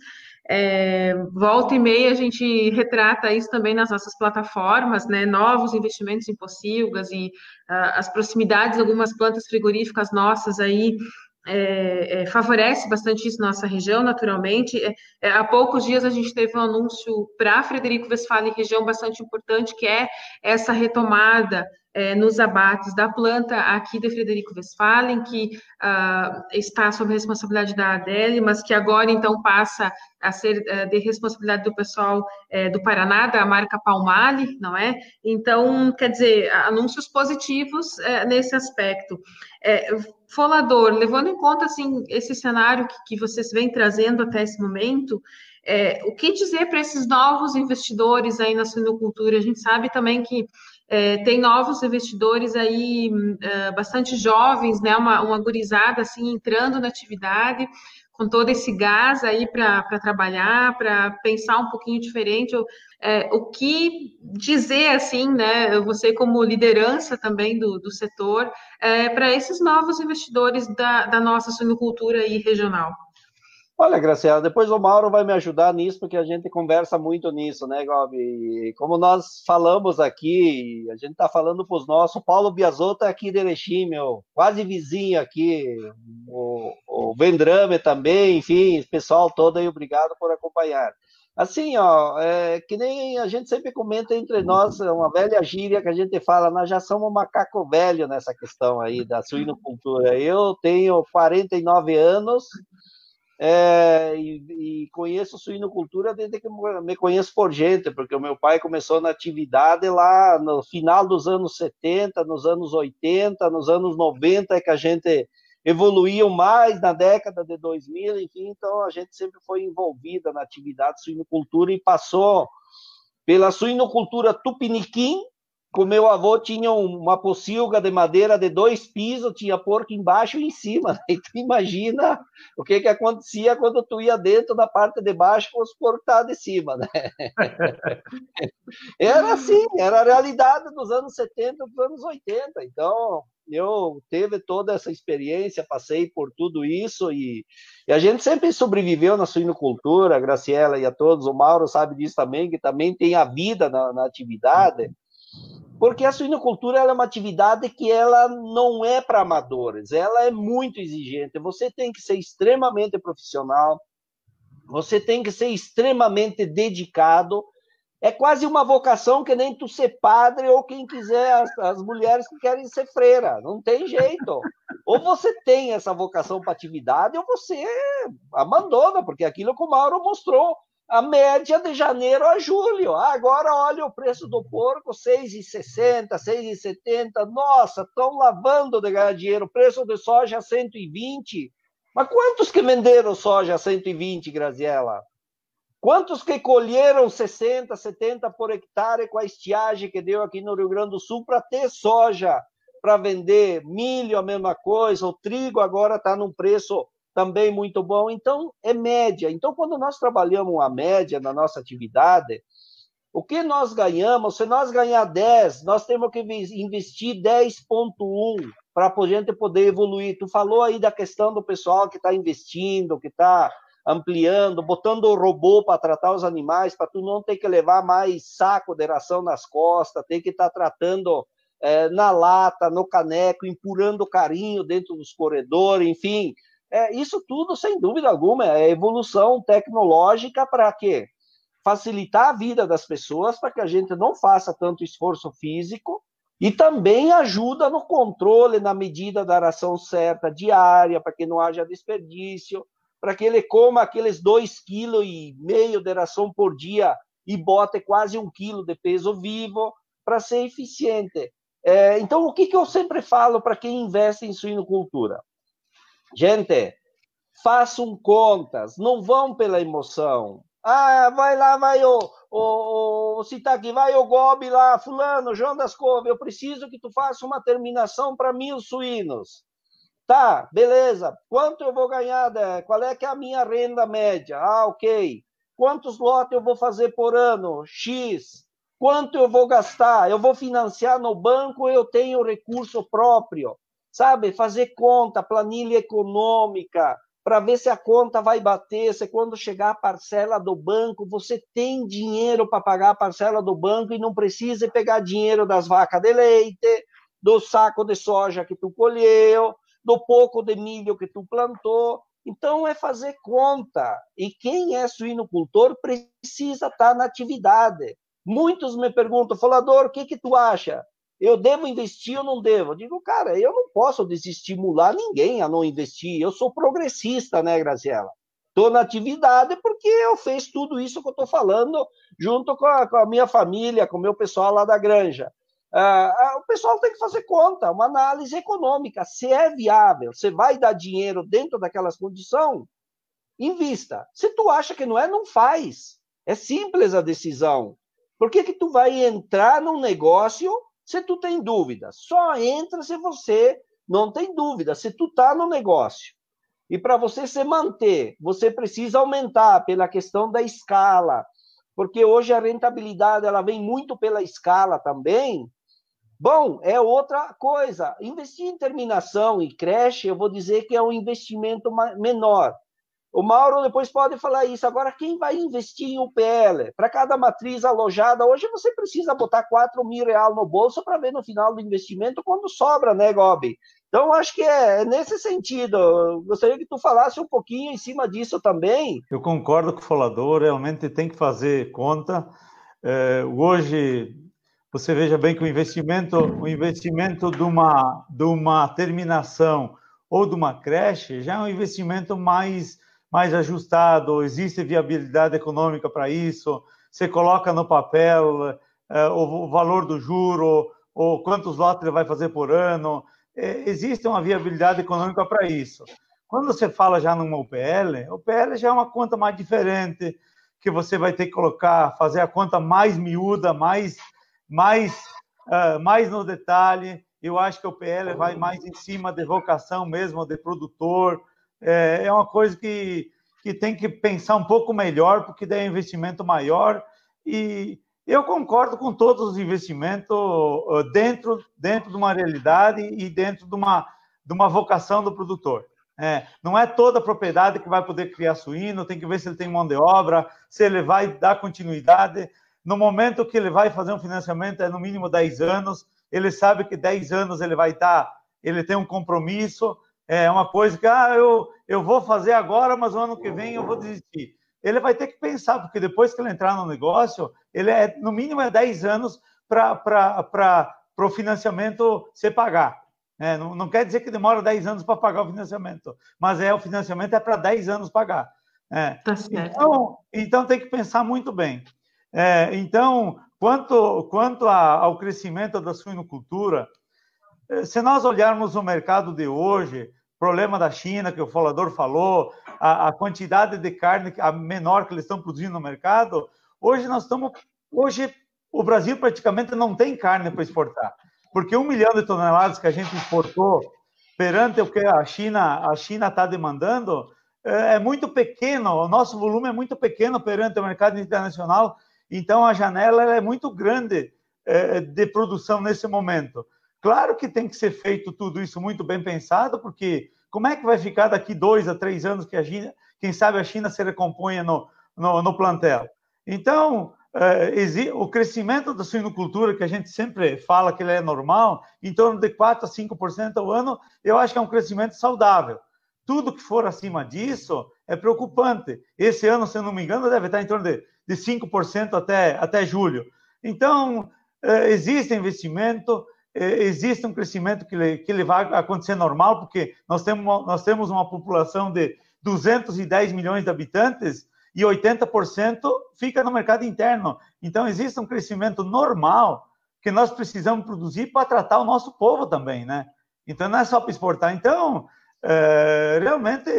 É, volta e meia a gente retrata isso também nas nossas plataformas, né, novos investimentos em pocilgas e ah, as proximidades de algumas plantas frigoríficas nossas aí é, é, favorece bastante isso na nossa região, naturalmente. É, é, há poucos dias a gente teve um anúncio para Frederico Westphalen, região bastante importante, que é essa retomada é, nos abates da planta aqui de Frederico Westphalen, que ah, está sob responsabilidade da Adele, mas que agora então passa a ser eh, de responsabilidade do pessoal eh, do Paraná, da marca Palmale, não é? Então, quer dizer, anúncios positivos eh, nesse aspecto. Eh, Folador, levando em conta assim esse cenário que, que vocês vêm trazendo até esse momento, é, o que dizer para esses novos investidores aí na suinocultura? A gente sabe também que é, tem novos investidores aí é, bastante jovens, né? Uma, uma gurizada assim entrando na atividade com todo esse gás aí para trabalhar, para pensar um pouquinho diferente. É, o que dizer assim, né? Você como liderança também do, do setor, é, para esses novos investidores da, da nossa suinocultura aí regional. Olha, Graciela, depois o Mauro vai me ajudar nisso, porque a gente conversa muito nisso, né, Gobi? E como nós falamos aqui, a gente está falando para os nossos, o Paulo Biasotto é aqui de Erechim, meu, quase vizinho aqui, o, o Vendrame também, enfim, o pessoal todo aí, obrigado por acompanhar. Assim, ó, é, que nem a gente sempre comenta entre nós, é uma velha gíria que a gente fala, nós já somos macaco velho nessa questão aí da suinocultura. Eu tenho quarenta e nove anos, é, e, e conheço suinocultura desde que me conheço por gente, porque o meu pai começou na atividade lá no final dos anos setenta, nos anos oitenta, nos anos noventa, é que a gente evoluiu mais na década de dois mil, enfim, então a gente sempre foi envolvida na atividade de suinocultura e passou pela suinocultura tupiniquim. Com meu avô tinha uma pocilga de madeira de dois pisos, tinha porco embaixo e em cima. E tu imagina o que, que acontecia quando tu ia dentro da parte de baixo com os porcos de cima, né? Era assim, era a realidade dos anos setenta, dos anos oitenta. Então, eu teve toda essa experiência, passei por tudo isso e, e a gente sempre sobreviveu na suinocultura, a Graciela e a todos, o Mauro sabe disso também, que também tem a vida na, na atividade. Porque a suinocultura ela é uma atividade que ela não é para amadores, ela é muito exigente. Você tem que ser extremamente profissional, você tem que ser extremamente dedicado. É quase uma vocação que nem tu ser padre ou quem quiser, as, as mulheres que querem ser freira. Não tem jeito. Ou você tem essa vocação para atividade ou você abandona, porque aquilo que o Mauro mostrou. A média de janeiro a julho. Ah, agora olha o preço do porco, seis e sessenta, seis e setenta. Nossa, estão lavando de ganhar dinheiro. O preço de soja cento e vinte. Mas quantos que venderam soja a cento e vinte, Graziella? Quantos que colheram sessenta, setenta por hectare com a estiagem que deu aqui no Rio Grande do Sul para ter soja para vender? Milho, a mesma coisa. O trigo agora está num preço também muito bom, então é média. Então, quando nós trabalhamos a média na nossa atividade, O que nós ganhamos, se nós ganhar dez, nós temos que investir dez vírgula um para a gente poder evoluir. Tu falou aí da questão do pessoal que está investindo, que está ampliando, botando o robô para tratar os animais, para tu não ter que levar mais saco de ração nas costas, ter que estar tá tratando é, na lata, no caneco, empurrando carinho dentro dos corredores, enfim. É, isso tudo, sem dúvida alguma, é evolução tecnológica para quê? Facilitar a vida das pessoas, para que a gente não faça tanto esforço físico, e também ajuda no controle, na medida da ração certa, diária, para que não haja desperdício, para que ele coma aqueles dois quilos e meio de ração por dia e bote quase um quilo de peso vivo, para ser eficiente. É, então, o que, que eu sempre falo para quem investe em suinocultura? Gente, façam contas, não vão pela emoção. Ah, vai lá, vai o, o, o Citaqui, vai o Gobi lá, fulano, João das Couve, eu preciso que tu faça uma terminação para mil suínos. Tá, beleza, quanto eu vou ganhar, né? Qual é que é a minha renda média? Ah, ok. Quantos lotes eu vou fazer por ano? X. Quanto eu vou gastar? Eu vou financiar no banco ou eu tenho recurso próprio? Sabe, fazer conta, planilha econômica, para ver se a conta vai bater, se quando chegar a parcela do banco, você tem dinheiro para pagar a parcela do banco e não precisa pegar dinheiro das vacas de leite, do saco de soja que tu colheu, do pouco de milho que tu plantou. Então, é fazer conta. E quem é suinocultor precisa estar na atividade. Muitos me perguntam, Falador, o que, que tu acha? Eu devo investir ou não devo? Eu digo, cara, eu não posso desestimular ninguém a não investir. Eu sou progressista, né, Graciela? Estou na atividade porque eu fiz tudo isso que eu estou falando junto com a, com a minha família, com o meu pessoal lá da granja. Ah, o pessoal tem que fazer conta, uma análise econômica. Se é viável, se vai dar dinheiro dentro daquelas condições, invista. Se tu acha que não é, não faz. É simples a decisão. Por que que tu vai entrar num negócio se tu tem dúvida? Só entra se você não tem dúvida, se tu tá no negócio. E para você se manter, você precisa aumentar pela questão da escala, porque hoje a rentabilidade ela vem muito pela escala também. Bom, é outra coisa. Investir em terminação e creche, eu vou dizer que é um investimento menor. O Mauro depois pode falar isso. Agora, quem vai investir em U P L? Para cada matriz alojada, hoje você precisa botar quatro mil reais no bolso para ver no final do investimento quando sobra, né, Gobi? Então, acho que é, é nesse sentido. Eu gostaria que tu falasse um pouquinho em cima disso também. Eu concordo com o Falador, realmente tem que fazer conta. É, hoje, você veja bem que o investimento, o investimento de uma, de uma terminação ou de uma creche já é um investimento mais... mais ajustado, existe viabilidade econômica para isso, você coloca no papel é, o, o valor do juro, ou quantos lotes ele vai fazer por ano, é, existe uma viabilidade econômica para isso. Quando você fala já numa U P L, o U P L já é uma conta mais diferente, que você vai ter que colocar, fazer a conta mais miúda, mais, mais, uh, mais no detalhe. Eu acho que a U P L vai mais em cima de vocação mesmo, de produtor. É uma coisa que, que tem que pensar um pouco melhor, porque daí é um investimento maior, e eu concordo com todos os investimentos dentro, dentro de uma realidade e dentro de uma, de uma vocação do produtor. É, não é toda propriedade que vai poder criar suíno, tem que ver se ele tem mão de obra, se ele vai dar continuidade. No momento que ele vai fazer um financiamento, é no mínimo dez anos, ele sabe que dez anos ele vai estar, ele tem um compromisso. É uma coisa que, ah, eu, eu vou fazer agora, mas o ano que vem eu vou desistir. Ele vai ter que pensar, porque depois que ele entrar no negócio, ele é, no mínimo, é dez anos para o financiamento se pagar. É, não, não quer dizer que demora dez anos para pagar o financiamento, mas é, o financiamento é para dez anos pagar. É. Tá certo. Então, então, tem que pensar muito bem. É, então, quanto, quanto a, ao crescimento da suinocultura, se nós olharmos o mercado de hoje, problema da China, que o Falador falou, a, a quantidade de carne a menor que eles estão produzindo no mercado, hoje nós estamos... Hoje, o Brasil praticamente não tem carne para exportar, porque um milhão de toneladas que a gente exportou perante o que a China a China está demandando é, é muito pequeno, o nosso volume é muito pequeno perante o mercado internacional, Então, a janela ela é muito grande é, de produção nesse momento. Claro que tem que ser feito tudo isso muito bem pensado, porque como é que vai ficar daqui dois a três anos que a China, quem sabe a China se recomponha no, no, no plantel? Então, é, o crescimento da suinocultura, que a gente sempre fala que ele é normal, em torno de quatro a cinco por cento ao ano, eu acho que é um crescimento saudável. Tudo que for acima disso é preocupante. Esse ano, se eu não me engano, deve estar em torno de, de cinco por cento até, até julho. Então, é, existe investimento, é, existe um crescimento que ele, que ele vai acontecer normal, porque nós temos, nós temos uma população de duzentos e dez milhões de habitantes e oitenta por cento fica no mercado interno. Então, existe um crescimento normal que nós precisamos produzir para tratar o nosso povo também, né? Então, não é só para exportar. Então, é, realmente,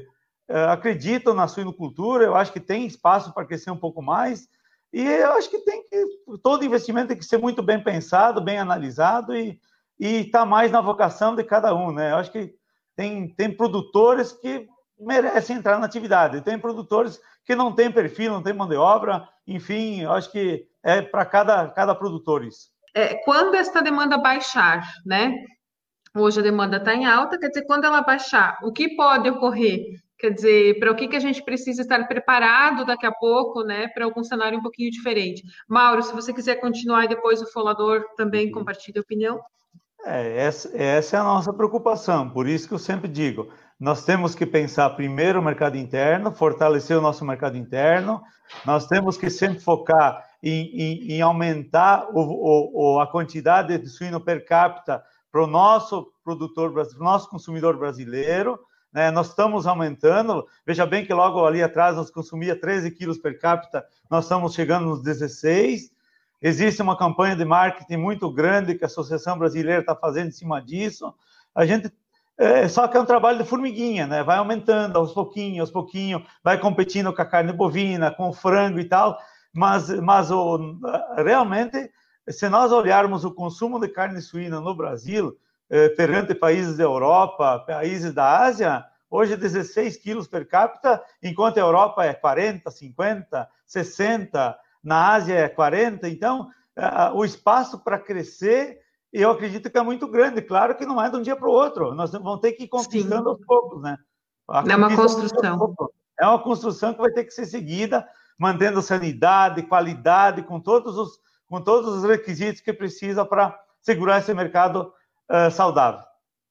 é, acredito na suinocultura, eu acho que tem espaço para crescer um pouco mais, e eu acho que tem que, todo investimento tem que ser muito bem pensado, bem analisado, e está mais na vocação de cada um, né? Eu acho que tem, tem produtores que merecem entrar na atividade, tem produtores que não têm perfil, não têm mão de obra, enfim, eu acho que é para cada, cada produtor isso. É, quando esta demanda baixar, né? Hoje a demanda está em alta, quer dizer, quando ela baixar, o que pode ocorrer? Quer dizer, para o que, que a gente precisa estar preparado daqui a pouco, né? Para algum cenário um pouquinho diferente. Mauro, se você quiser continuar e depois o Folador também compartilha a opinião. É, essa, essa é a nossa preocupação, por isso que eu sempre digo, nós temos que pensar primeiro o mercado interno, fortalecer o nosso mercado interno, nós temos que sempre focar em, em, em aumentar o, o, a quantidade de suíno per capita para o nosso produtor, para o nosso consumidor brasileiro, né? Nós estamos aumentando, veja bem que logo ali atrás nós consumia treze quilos per capita, nós estamos chegando nos dezesseis. Existe uma campanha de marketing muito grande que a Associação Brasileira está fazendo em cima disso. A gente é, só que é um trabalho de formiguinha, né? Vai aumentando aos pouquinhos, aos pouquinhos, vai competindo com a carne bovina, com o frango e tal, mas, mas o, realmente, se nós olharmos o consumo de carne suína no Brasil, eh, perante países da Europa, países da Ásia, hoje é dezesseis quilos per capita, enquanto a Europa é quarenta, cinquenta, sessenta, na Ásia é quarenta, então uh, o espaço para crescer, eu acredito que é muito grande. Claro que não é de um dia para o outro, nós vamos ter que ir conquistando Sim. aos poucos, né? A é uma construção. É uma construção que vai ter que ser seguida, mantendo sanidade, qualidade, com todos os, com todos os requisitos que precisa para segurar esse mercado uh, saudável.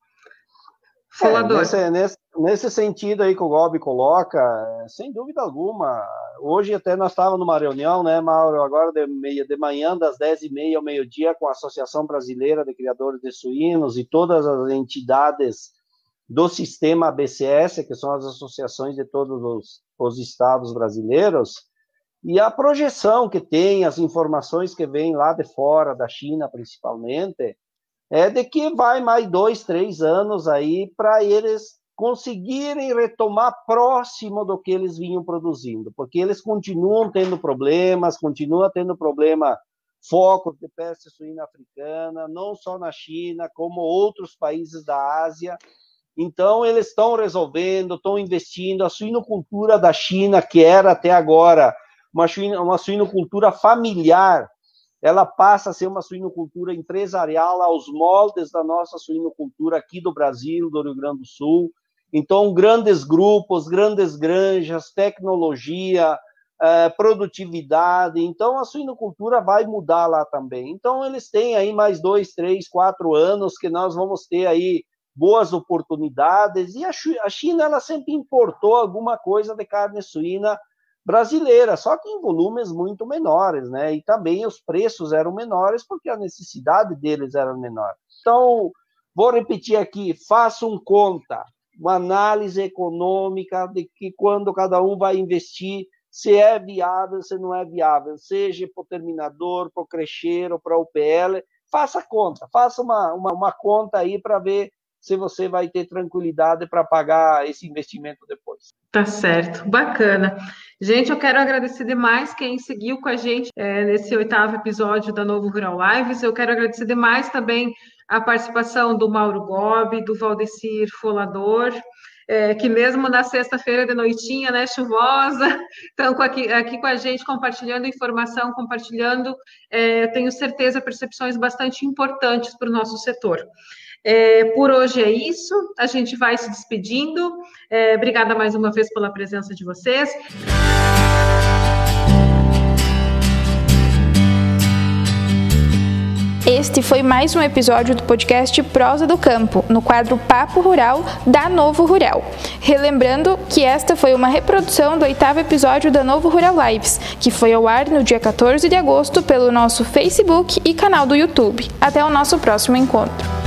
É, nesse, nesse, nesse sentido aí que o Gobi coloca, sem dúvida alguma, hoje até nós estávamos numa reunião, né, Mauro, agora de, meia, de manhã, das dez e meia ao meio-dia, com a Associação Brasileira de Criadores de Suínos e todas as entidades do sistema A B C S, que são as associações de todos os, os estados brasileiros, e a projeção que tem, as informações que vêm lá de fora, da China principalmente, é de que vai mais dois, três anos aí para eles conseguirem retomar próximo do que eles vinham produzindo, porque eles continuam tendo problemas, continuam tendo problema, foco de peste suína africana, não só na China, como outros países da Ásia. Então, eles estão resolvendo, estão investindo. A suinocultura da China, que era até agora uma, uma suinocultura familiar, ela passa a ser uma suinocultura empresarial aos moldes da nossa suinocultura aqui do Brasil, do Rio Grande do Sul. Então, grandes grupos, grandes granjas, tecnologia, eh, produtividade. Então, a suinocultura vai mudar lá também. Então, eles têm aí mais dois, três, quatro anos que nós vamos ter aí boas oportunidades. E a China, ela sempre importou alguma coisa de carne suína brasileira, só que em volumes muito menores, né? E também os preços eram menores porque a necessidade deles era menor. Então, vou repetir aqui, façam conta, uma análise econômica de que quando cada um vai investir, se é viável, se não é viável, seja para o terminador, para o crecheiro, para o P L, faça conta, faça uma, uma, uma conta aí para ver se você vai ter tranquilidade para pagar esse investimento depois. Tá certo, bacana. Gente, eu quero agradecer demais quem seguiu com a gente é, nesse oitavo episódio da Novo Rural Lives. Eu quero agradecer demais também a participação do Mauro Gobi, do Valdecir Folador. é, que mesmo na sexta-feira de noitinha, né, chuvosa, estão aqui, aqui com a gente compartilhando informação, compartilhando, é, tenho certeza, percepções bastante importantes para o nosso setor. É, por hoje é isso, a gente vai se despedindo. É, obrigada mais uma vez pela presença de vocês. Este foi mais um episódio do podcast Prosa do Campo, no quadro Papo Rural da Novo Rural. Relembrando que esta foi uma reprodução do oitavo episódio da Novo Rural Lives, que foi ao ar no dia quatorze de agosto pelo nosso Facebook e canal do YouTube. Até o nosso próximo encontro.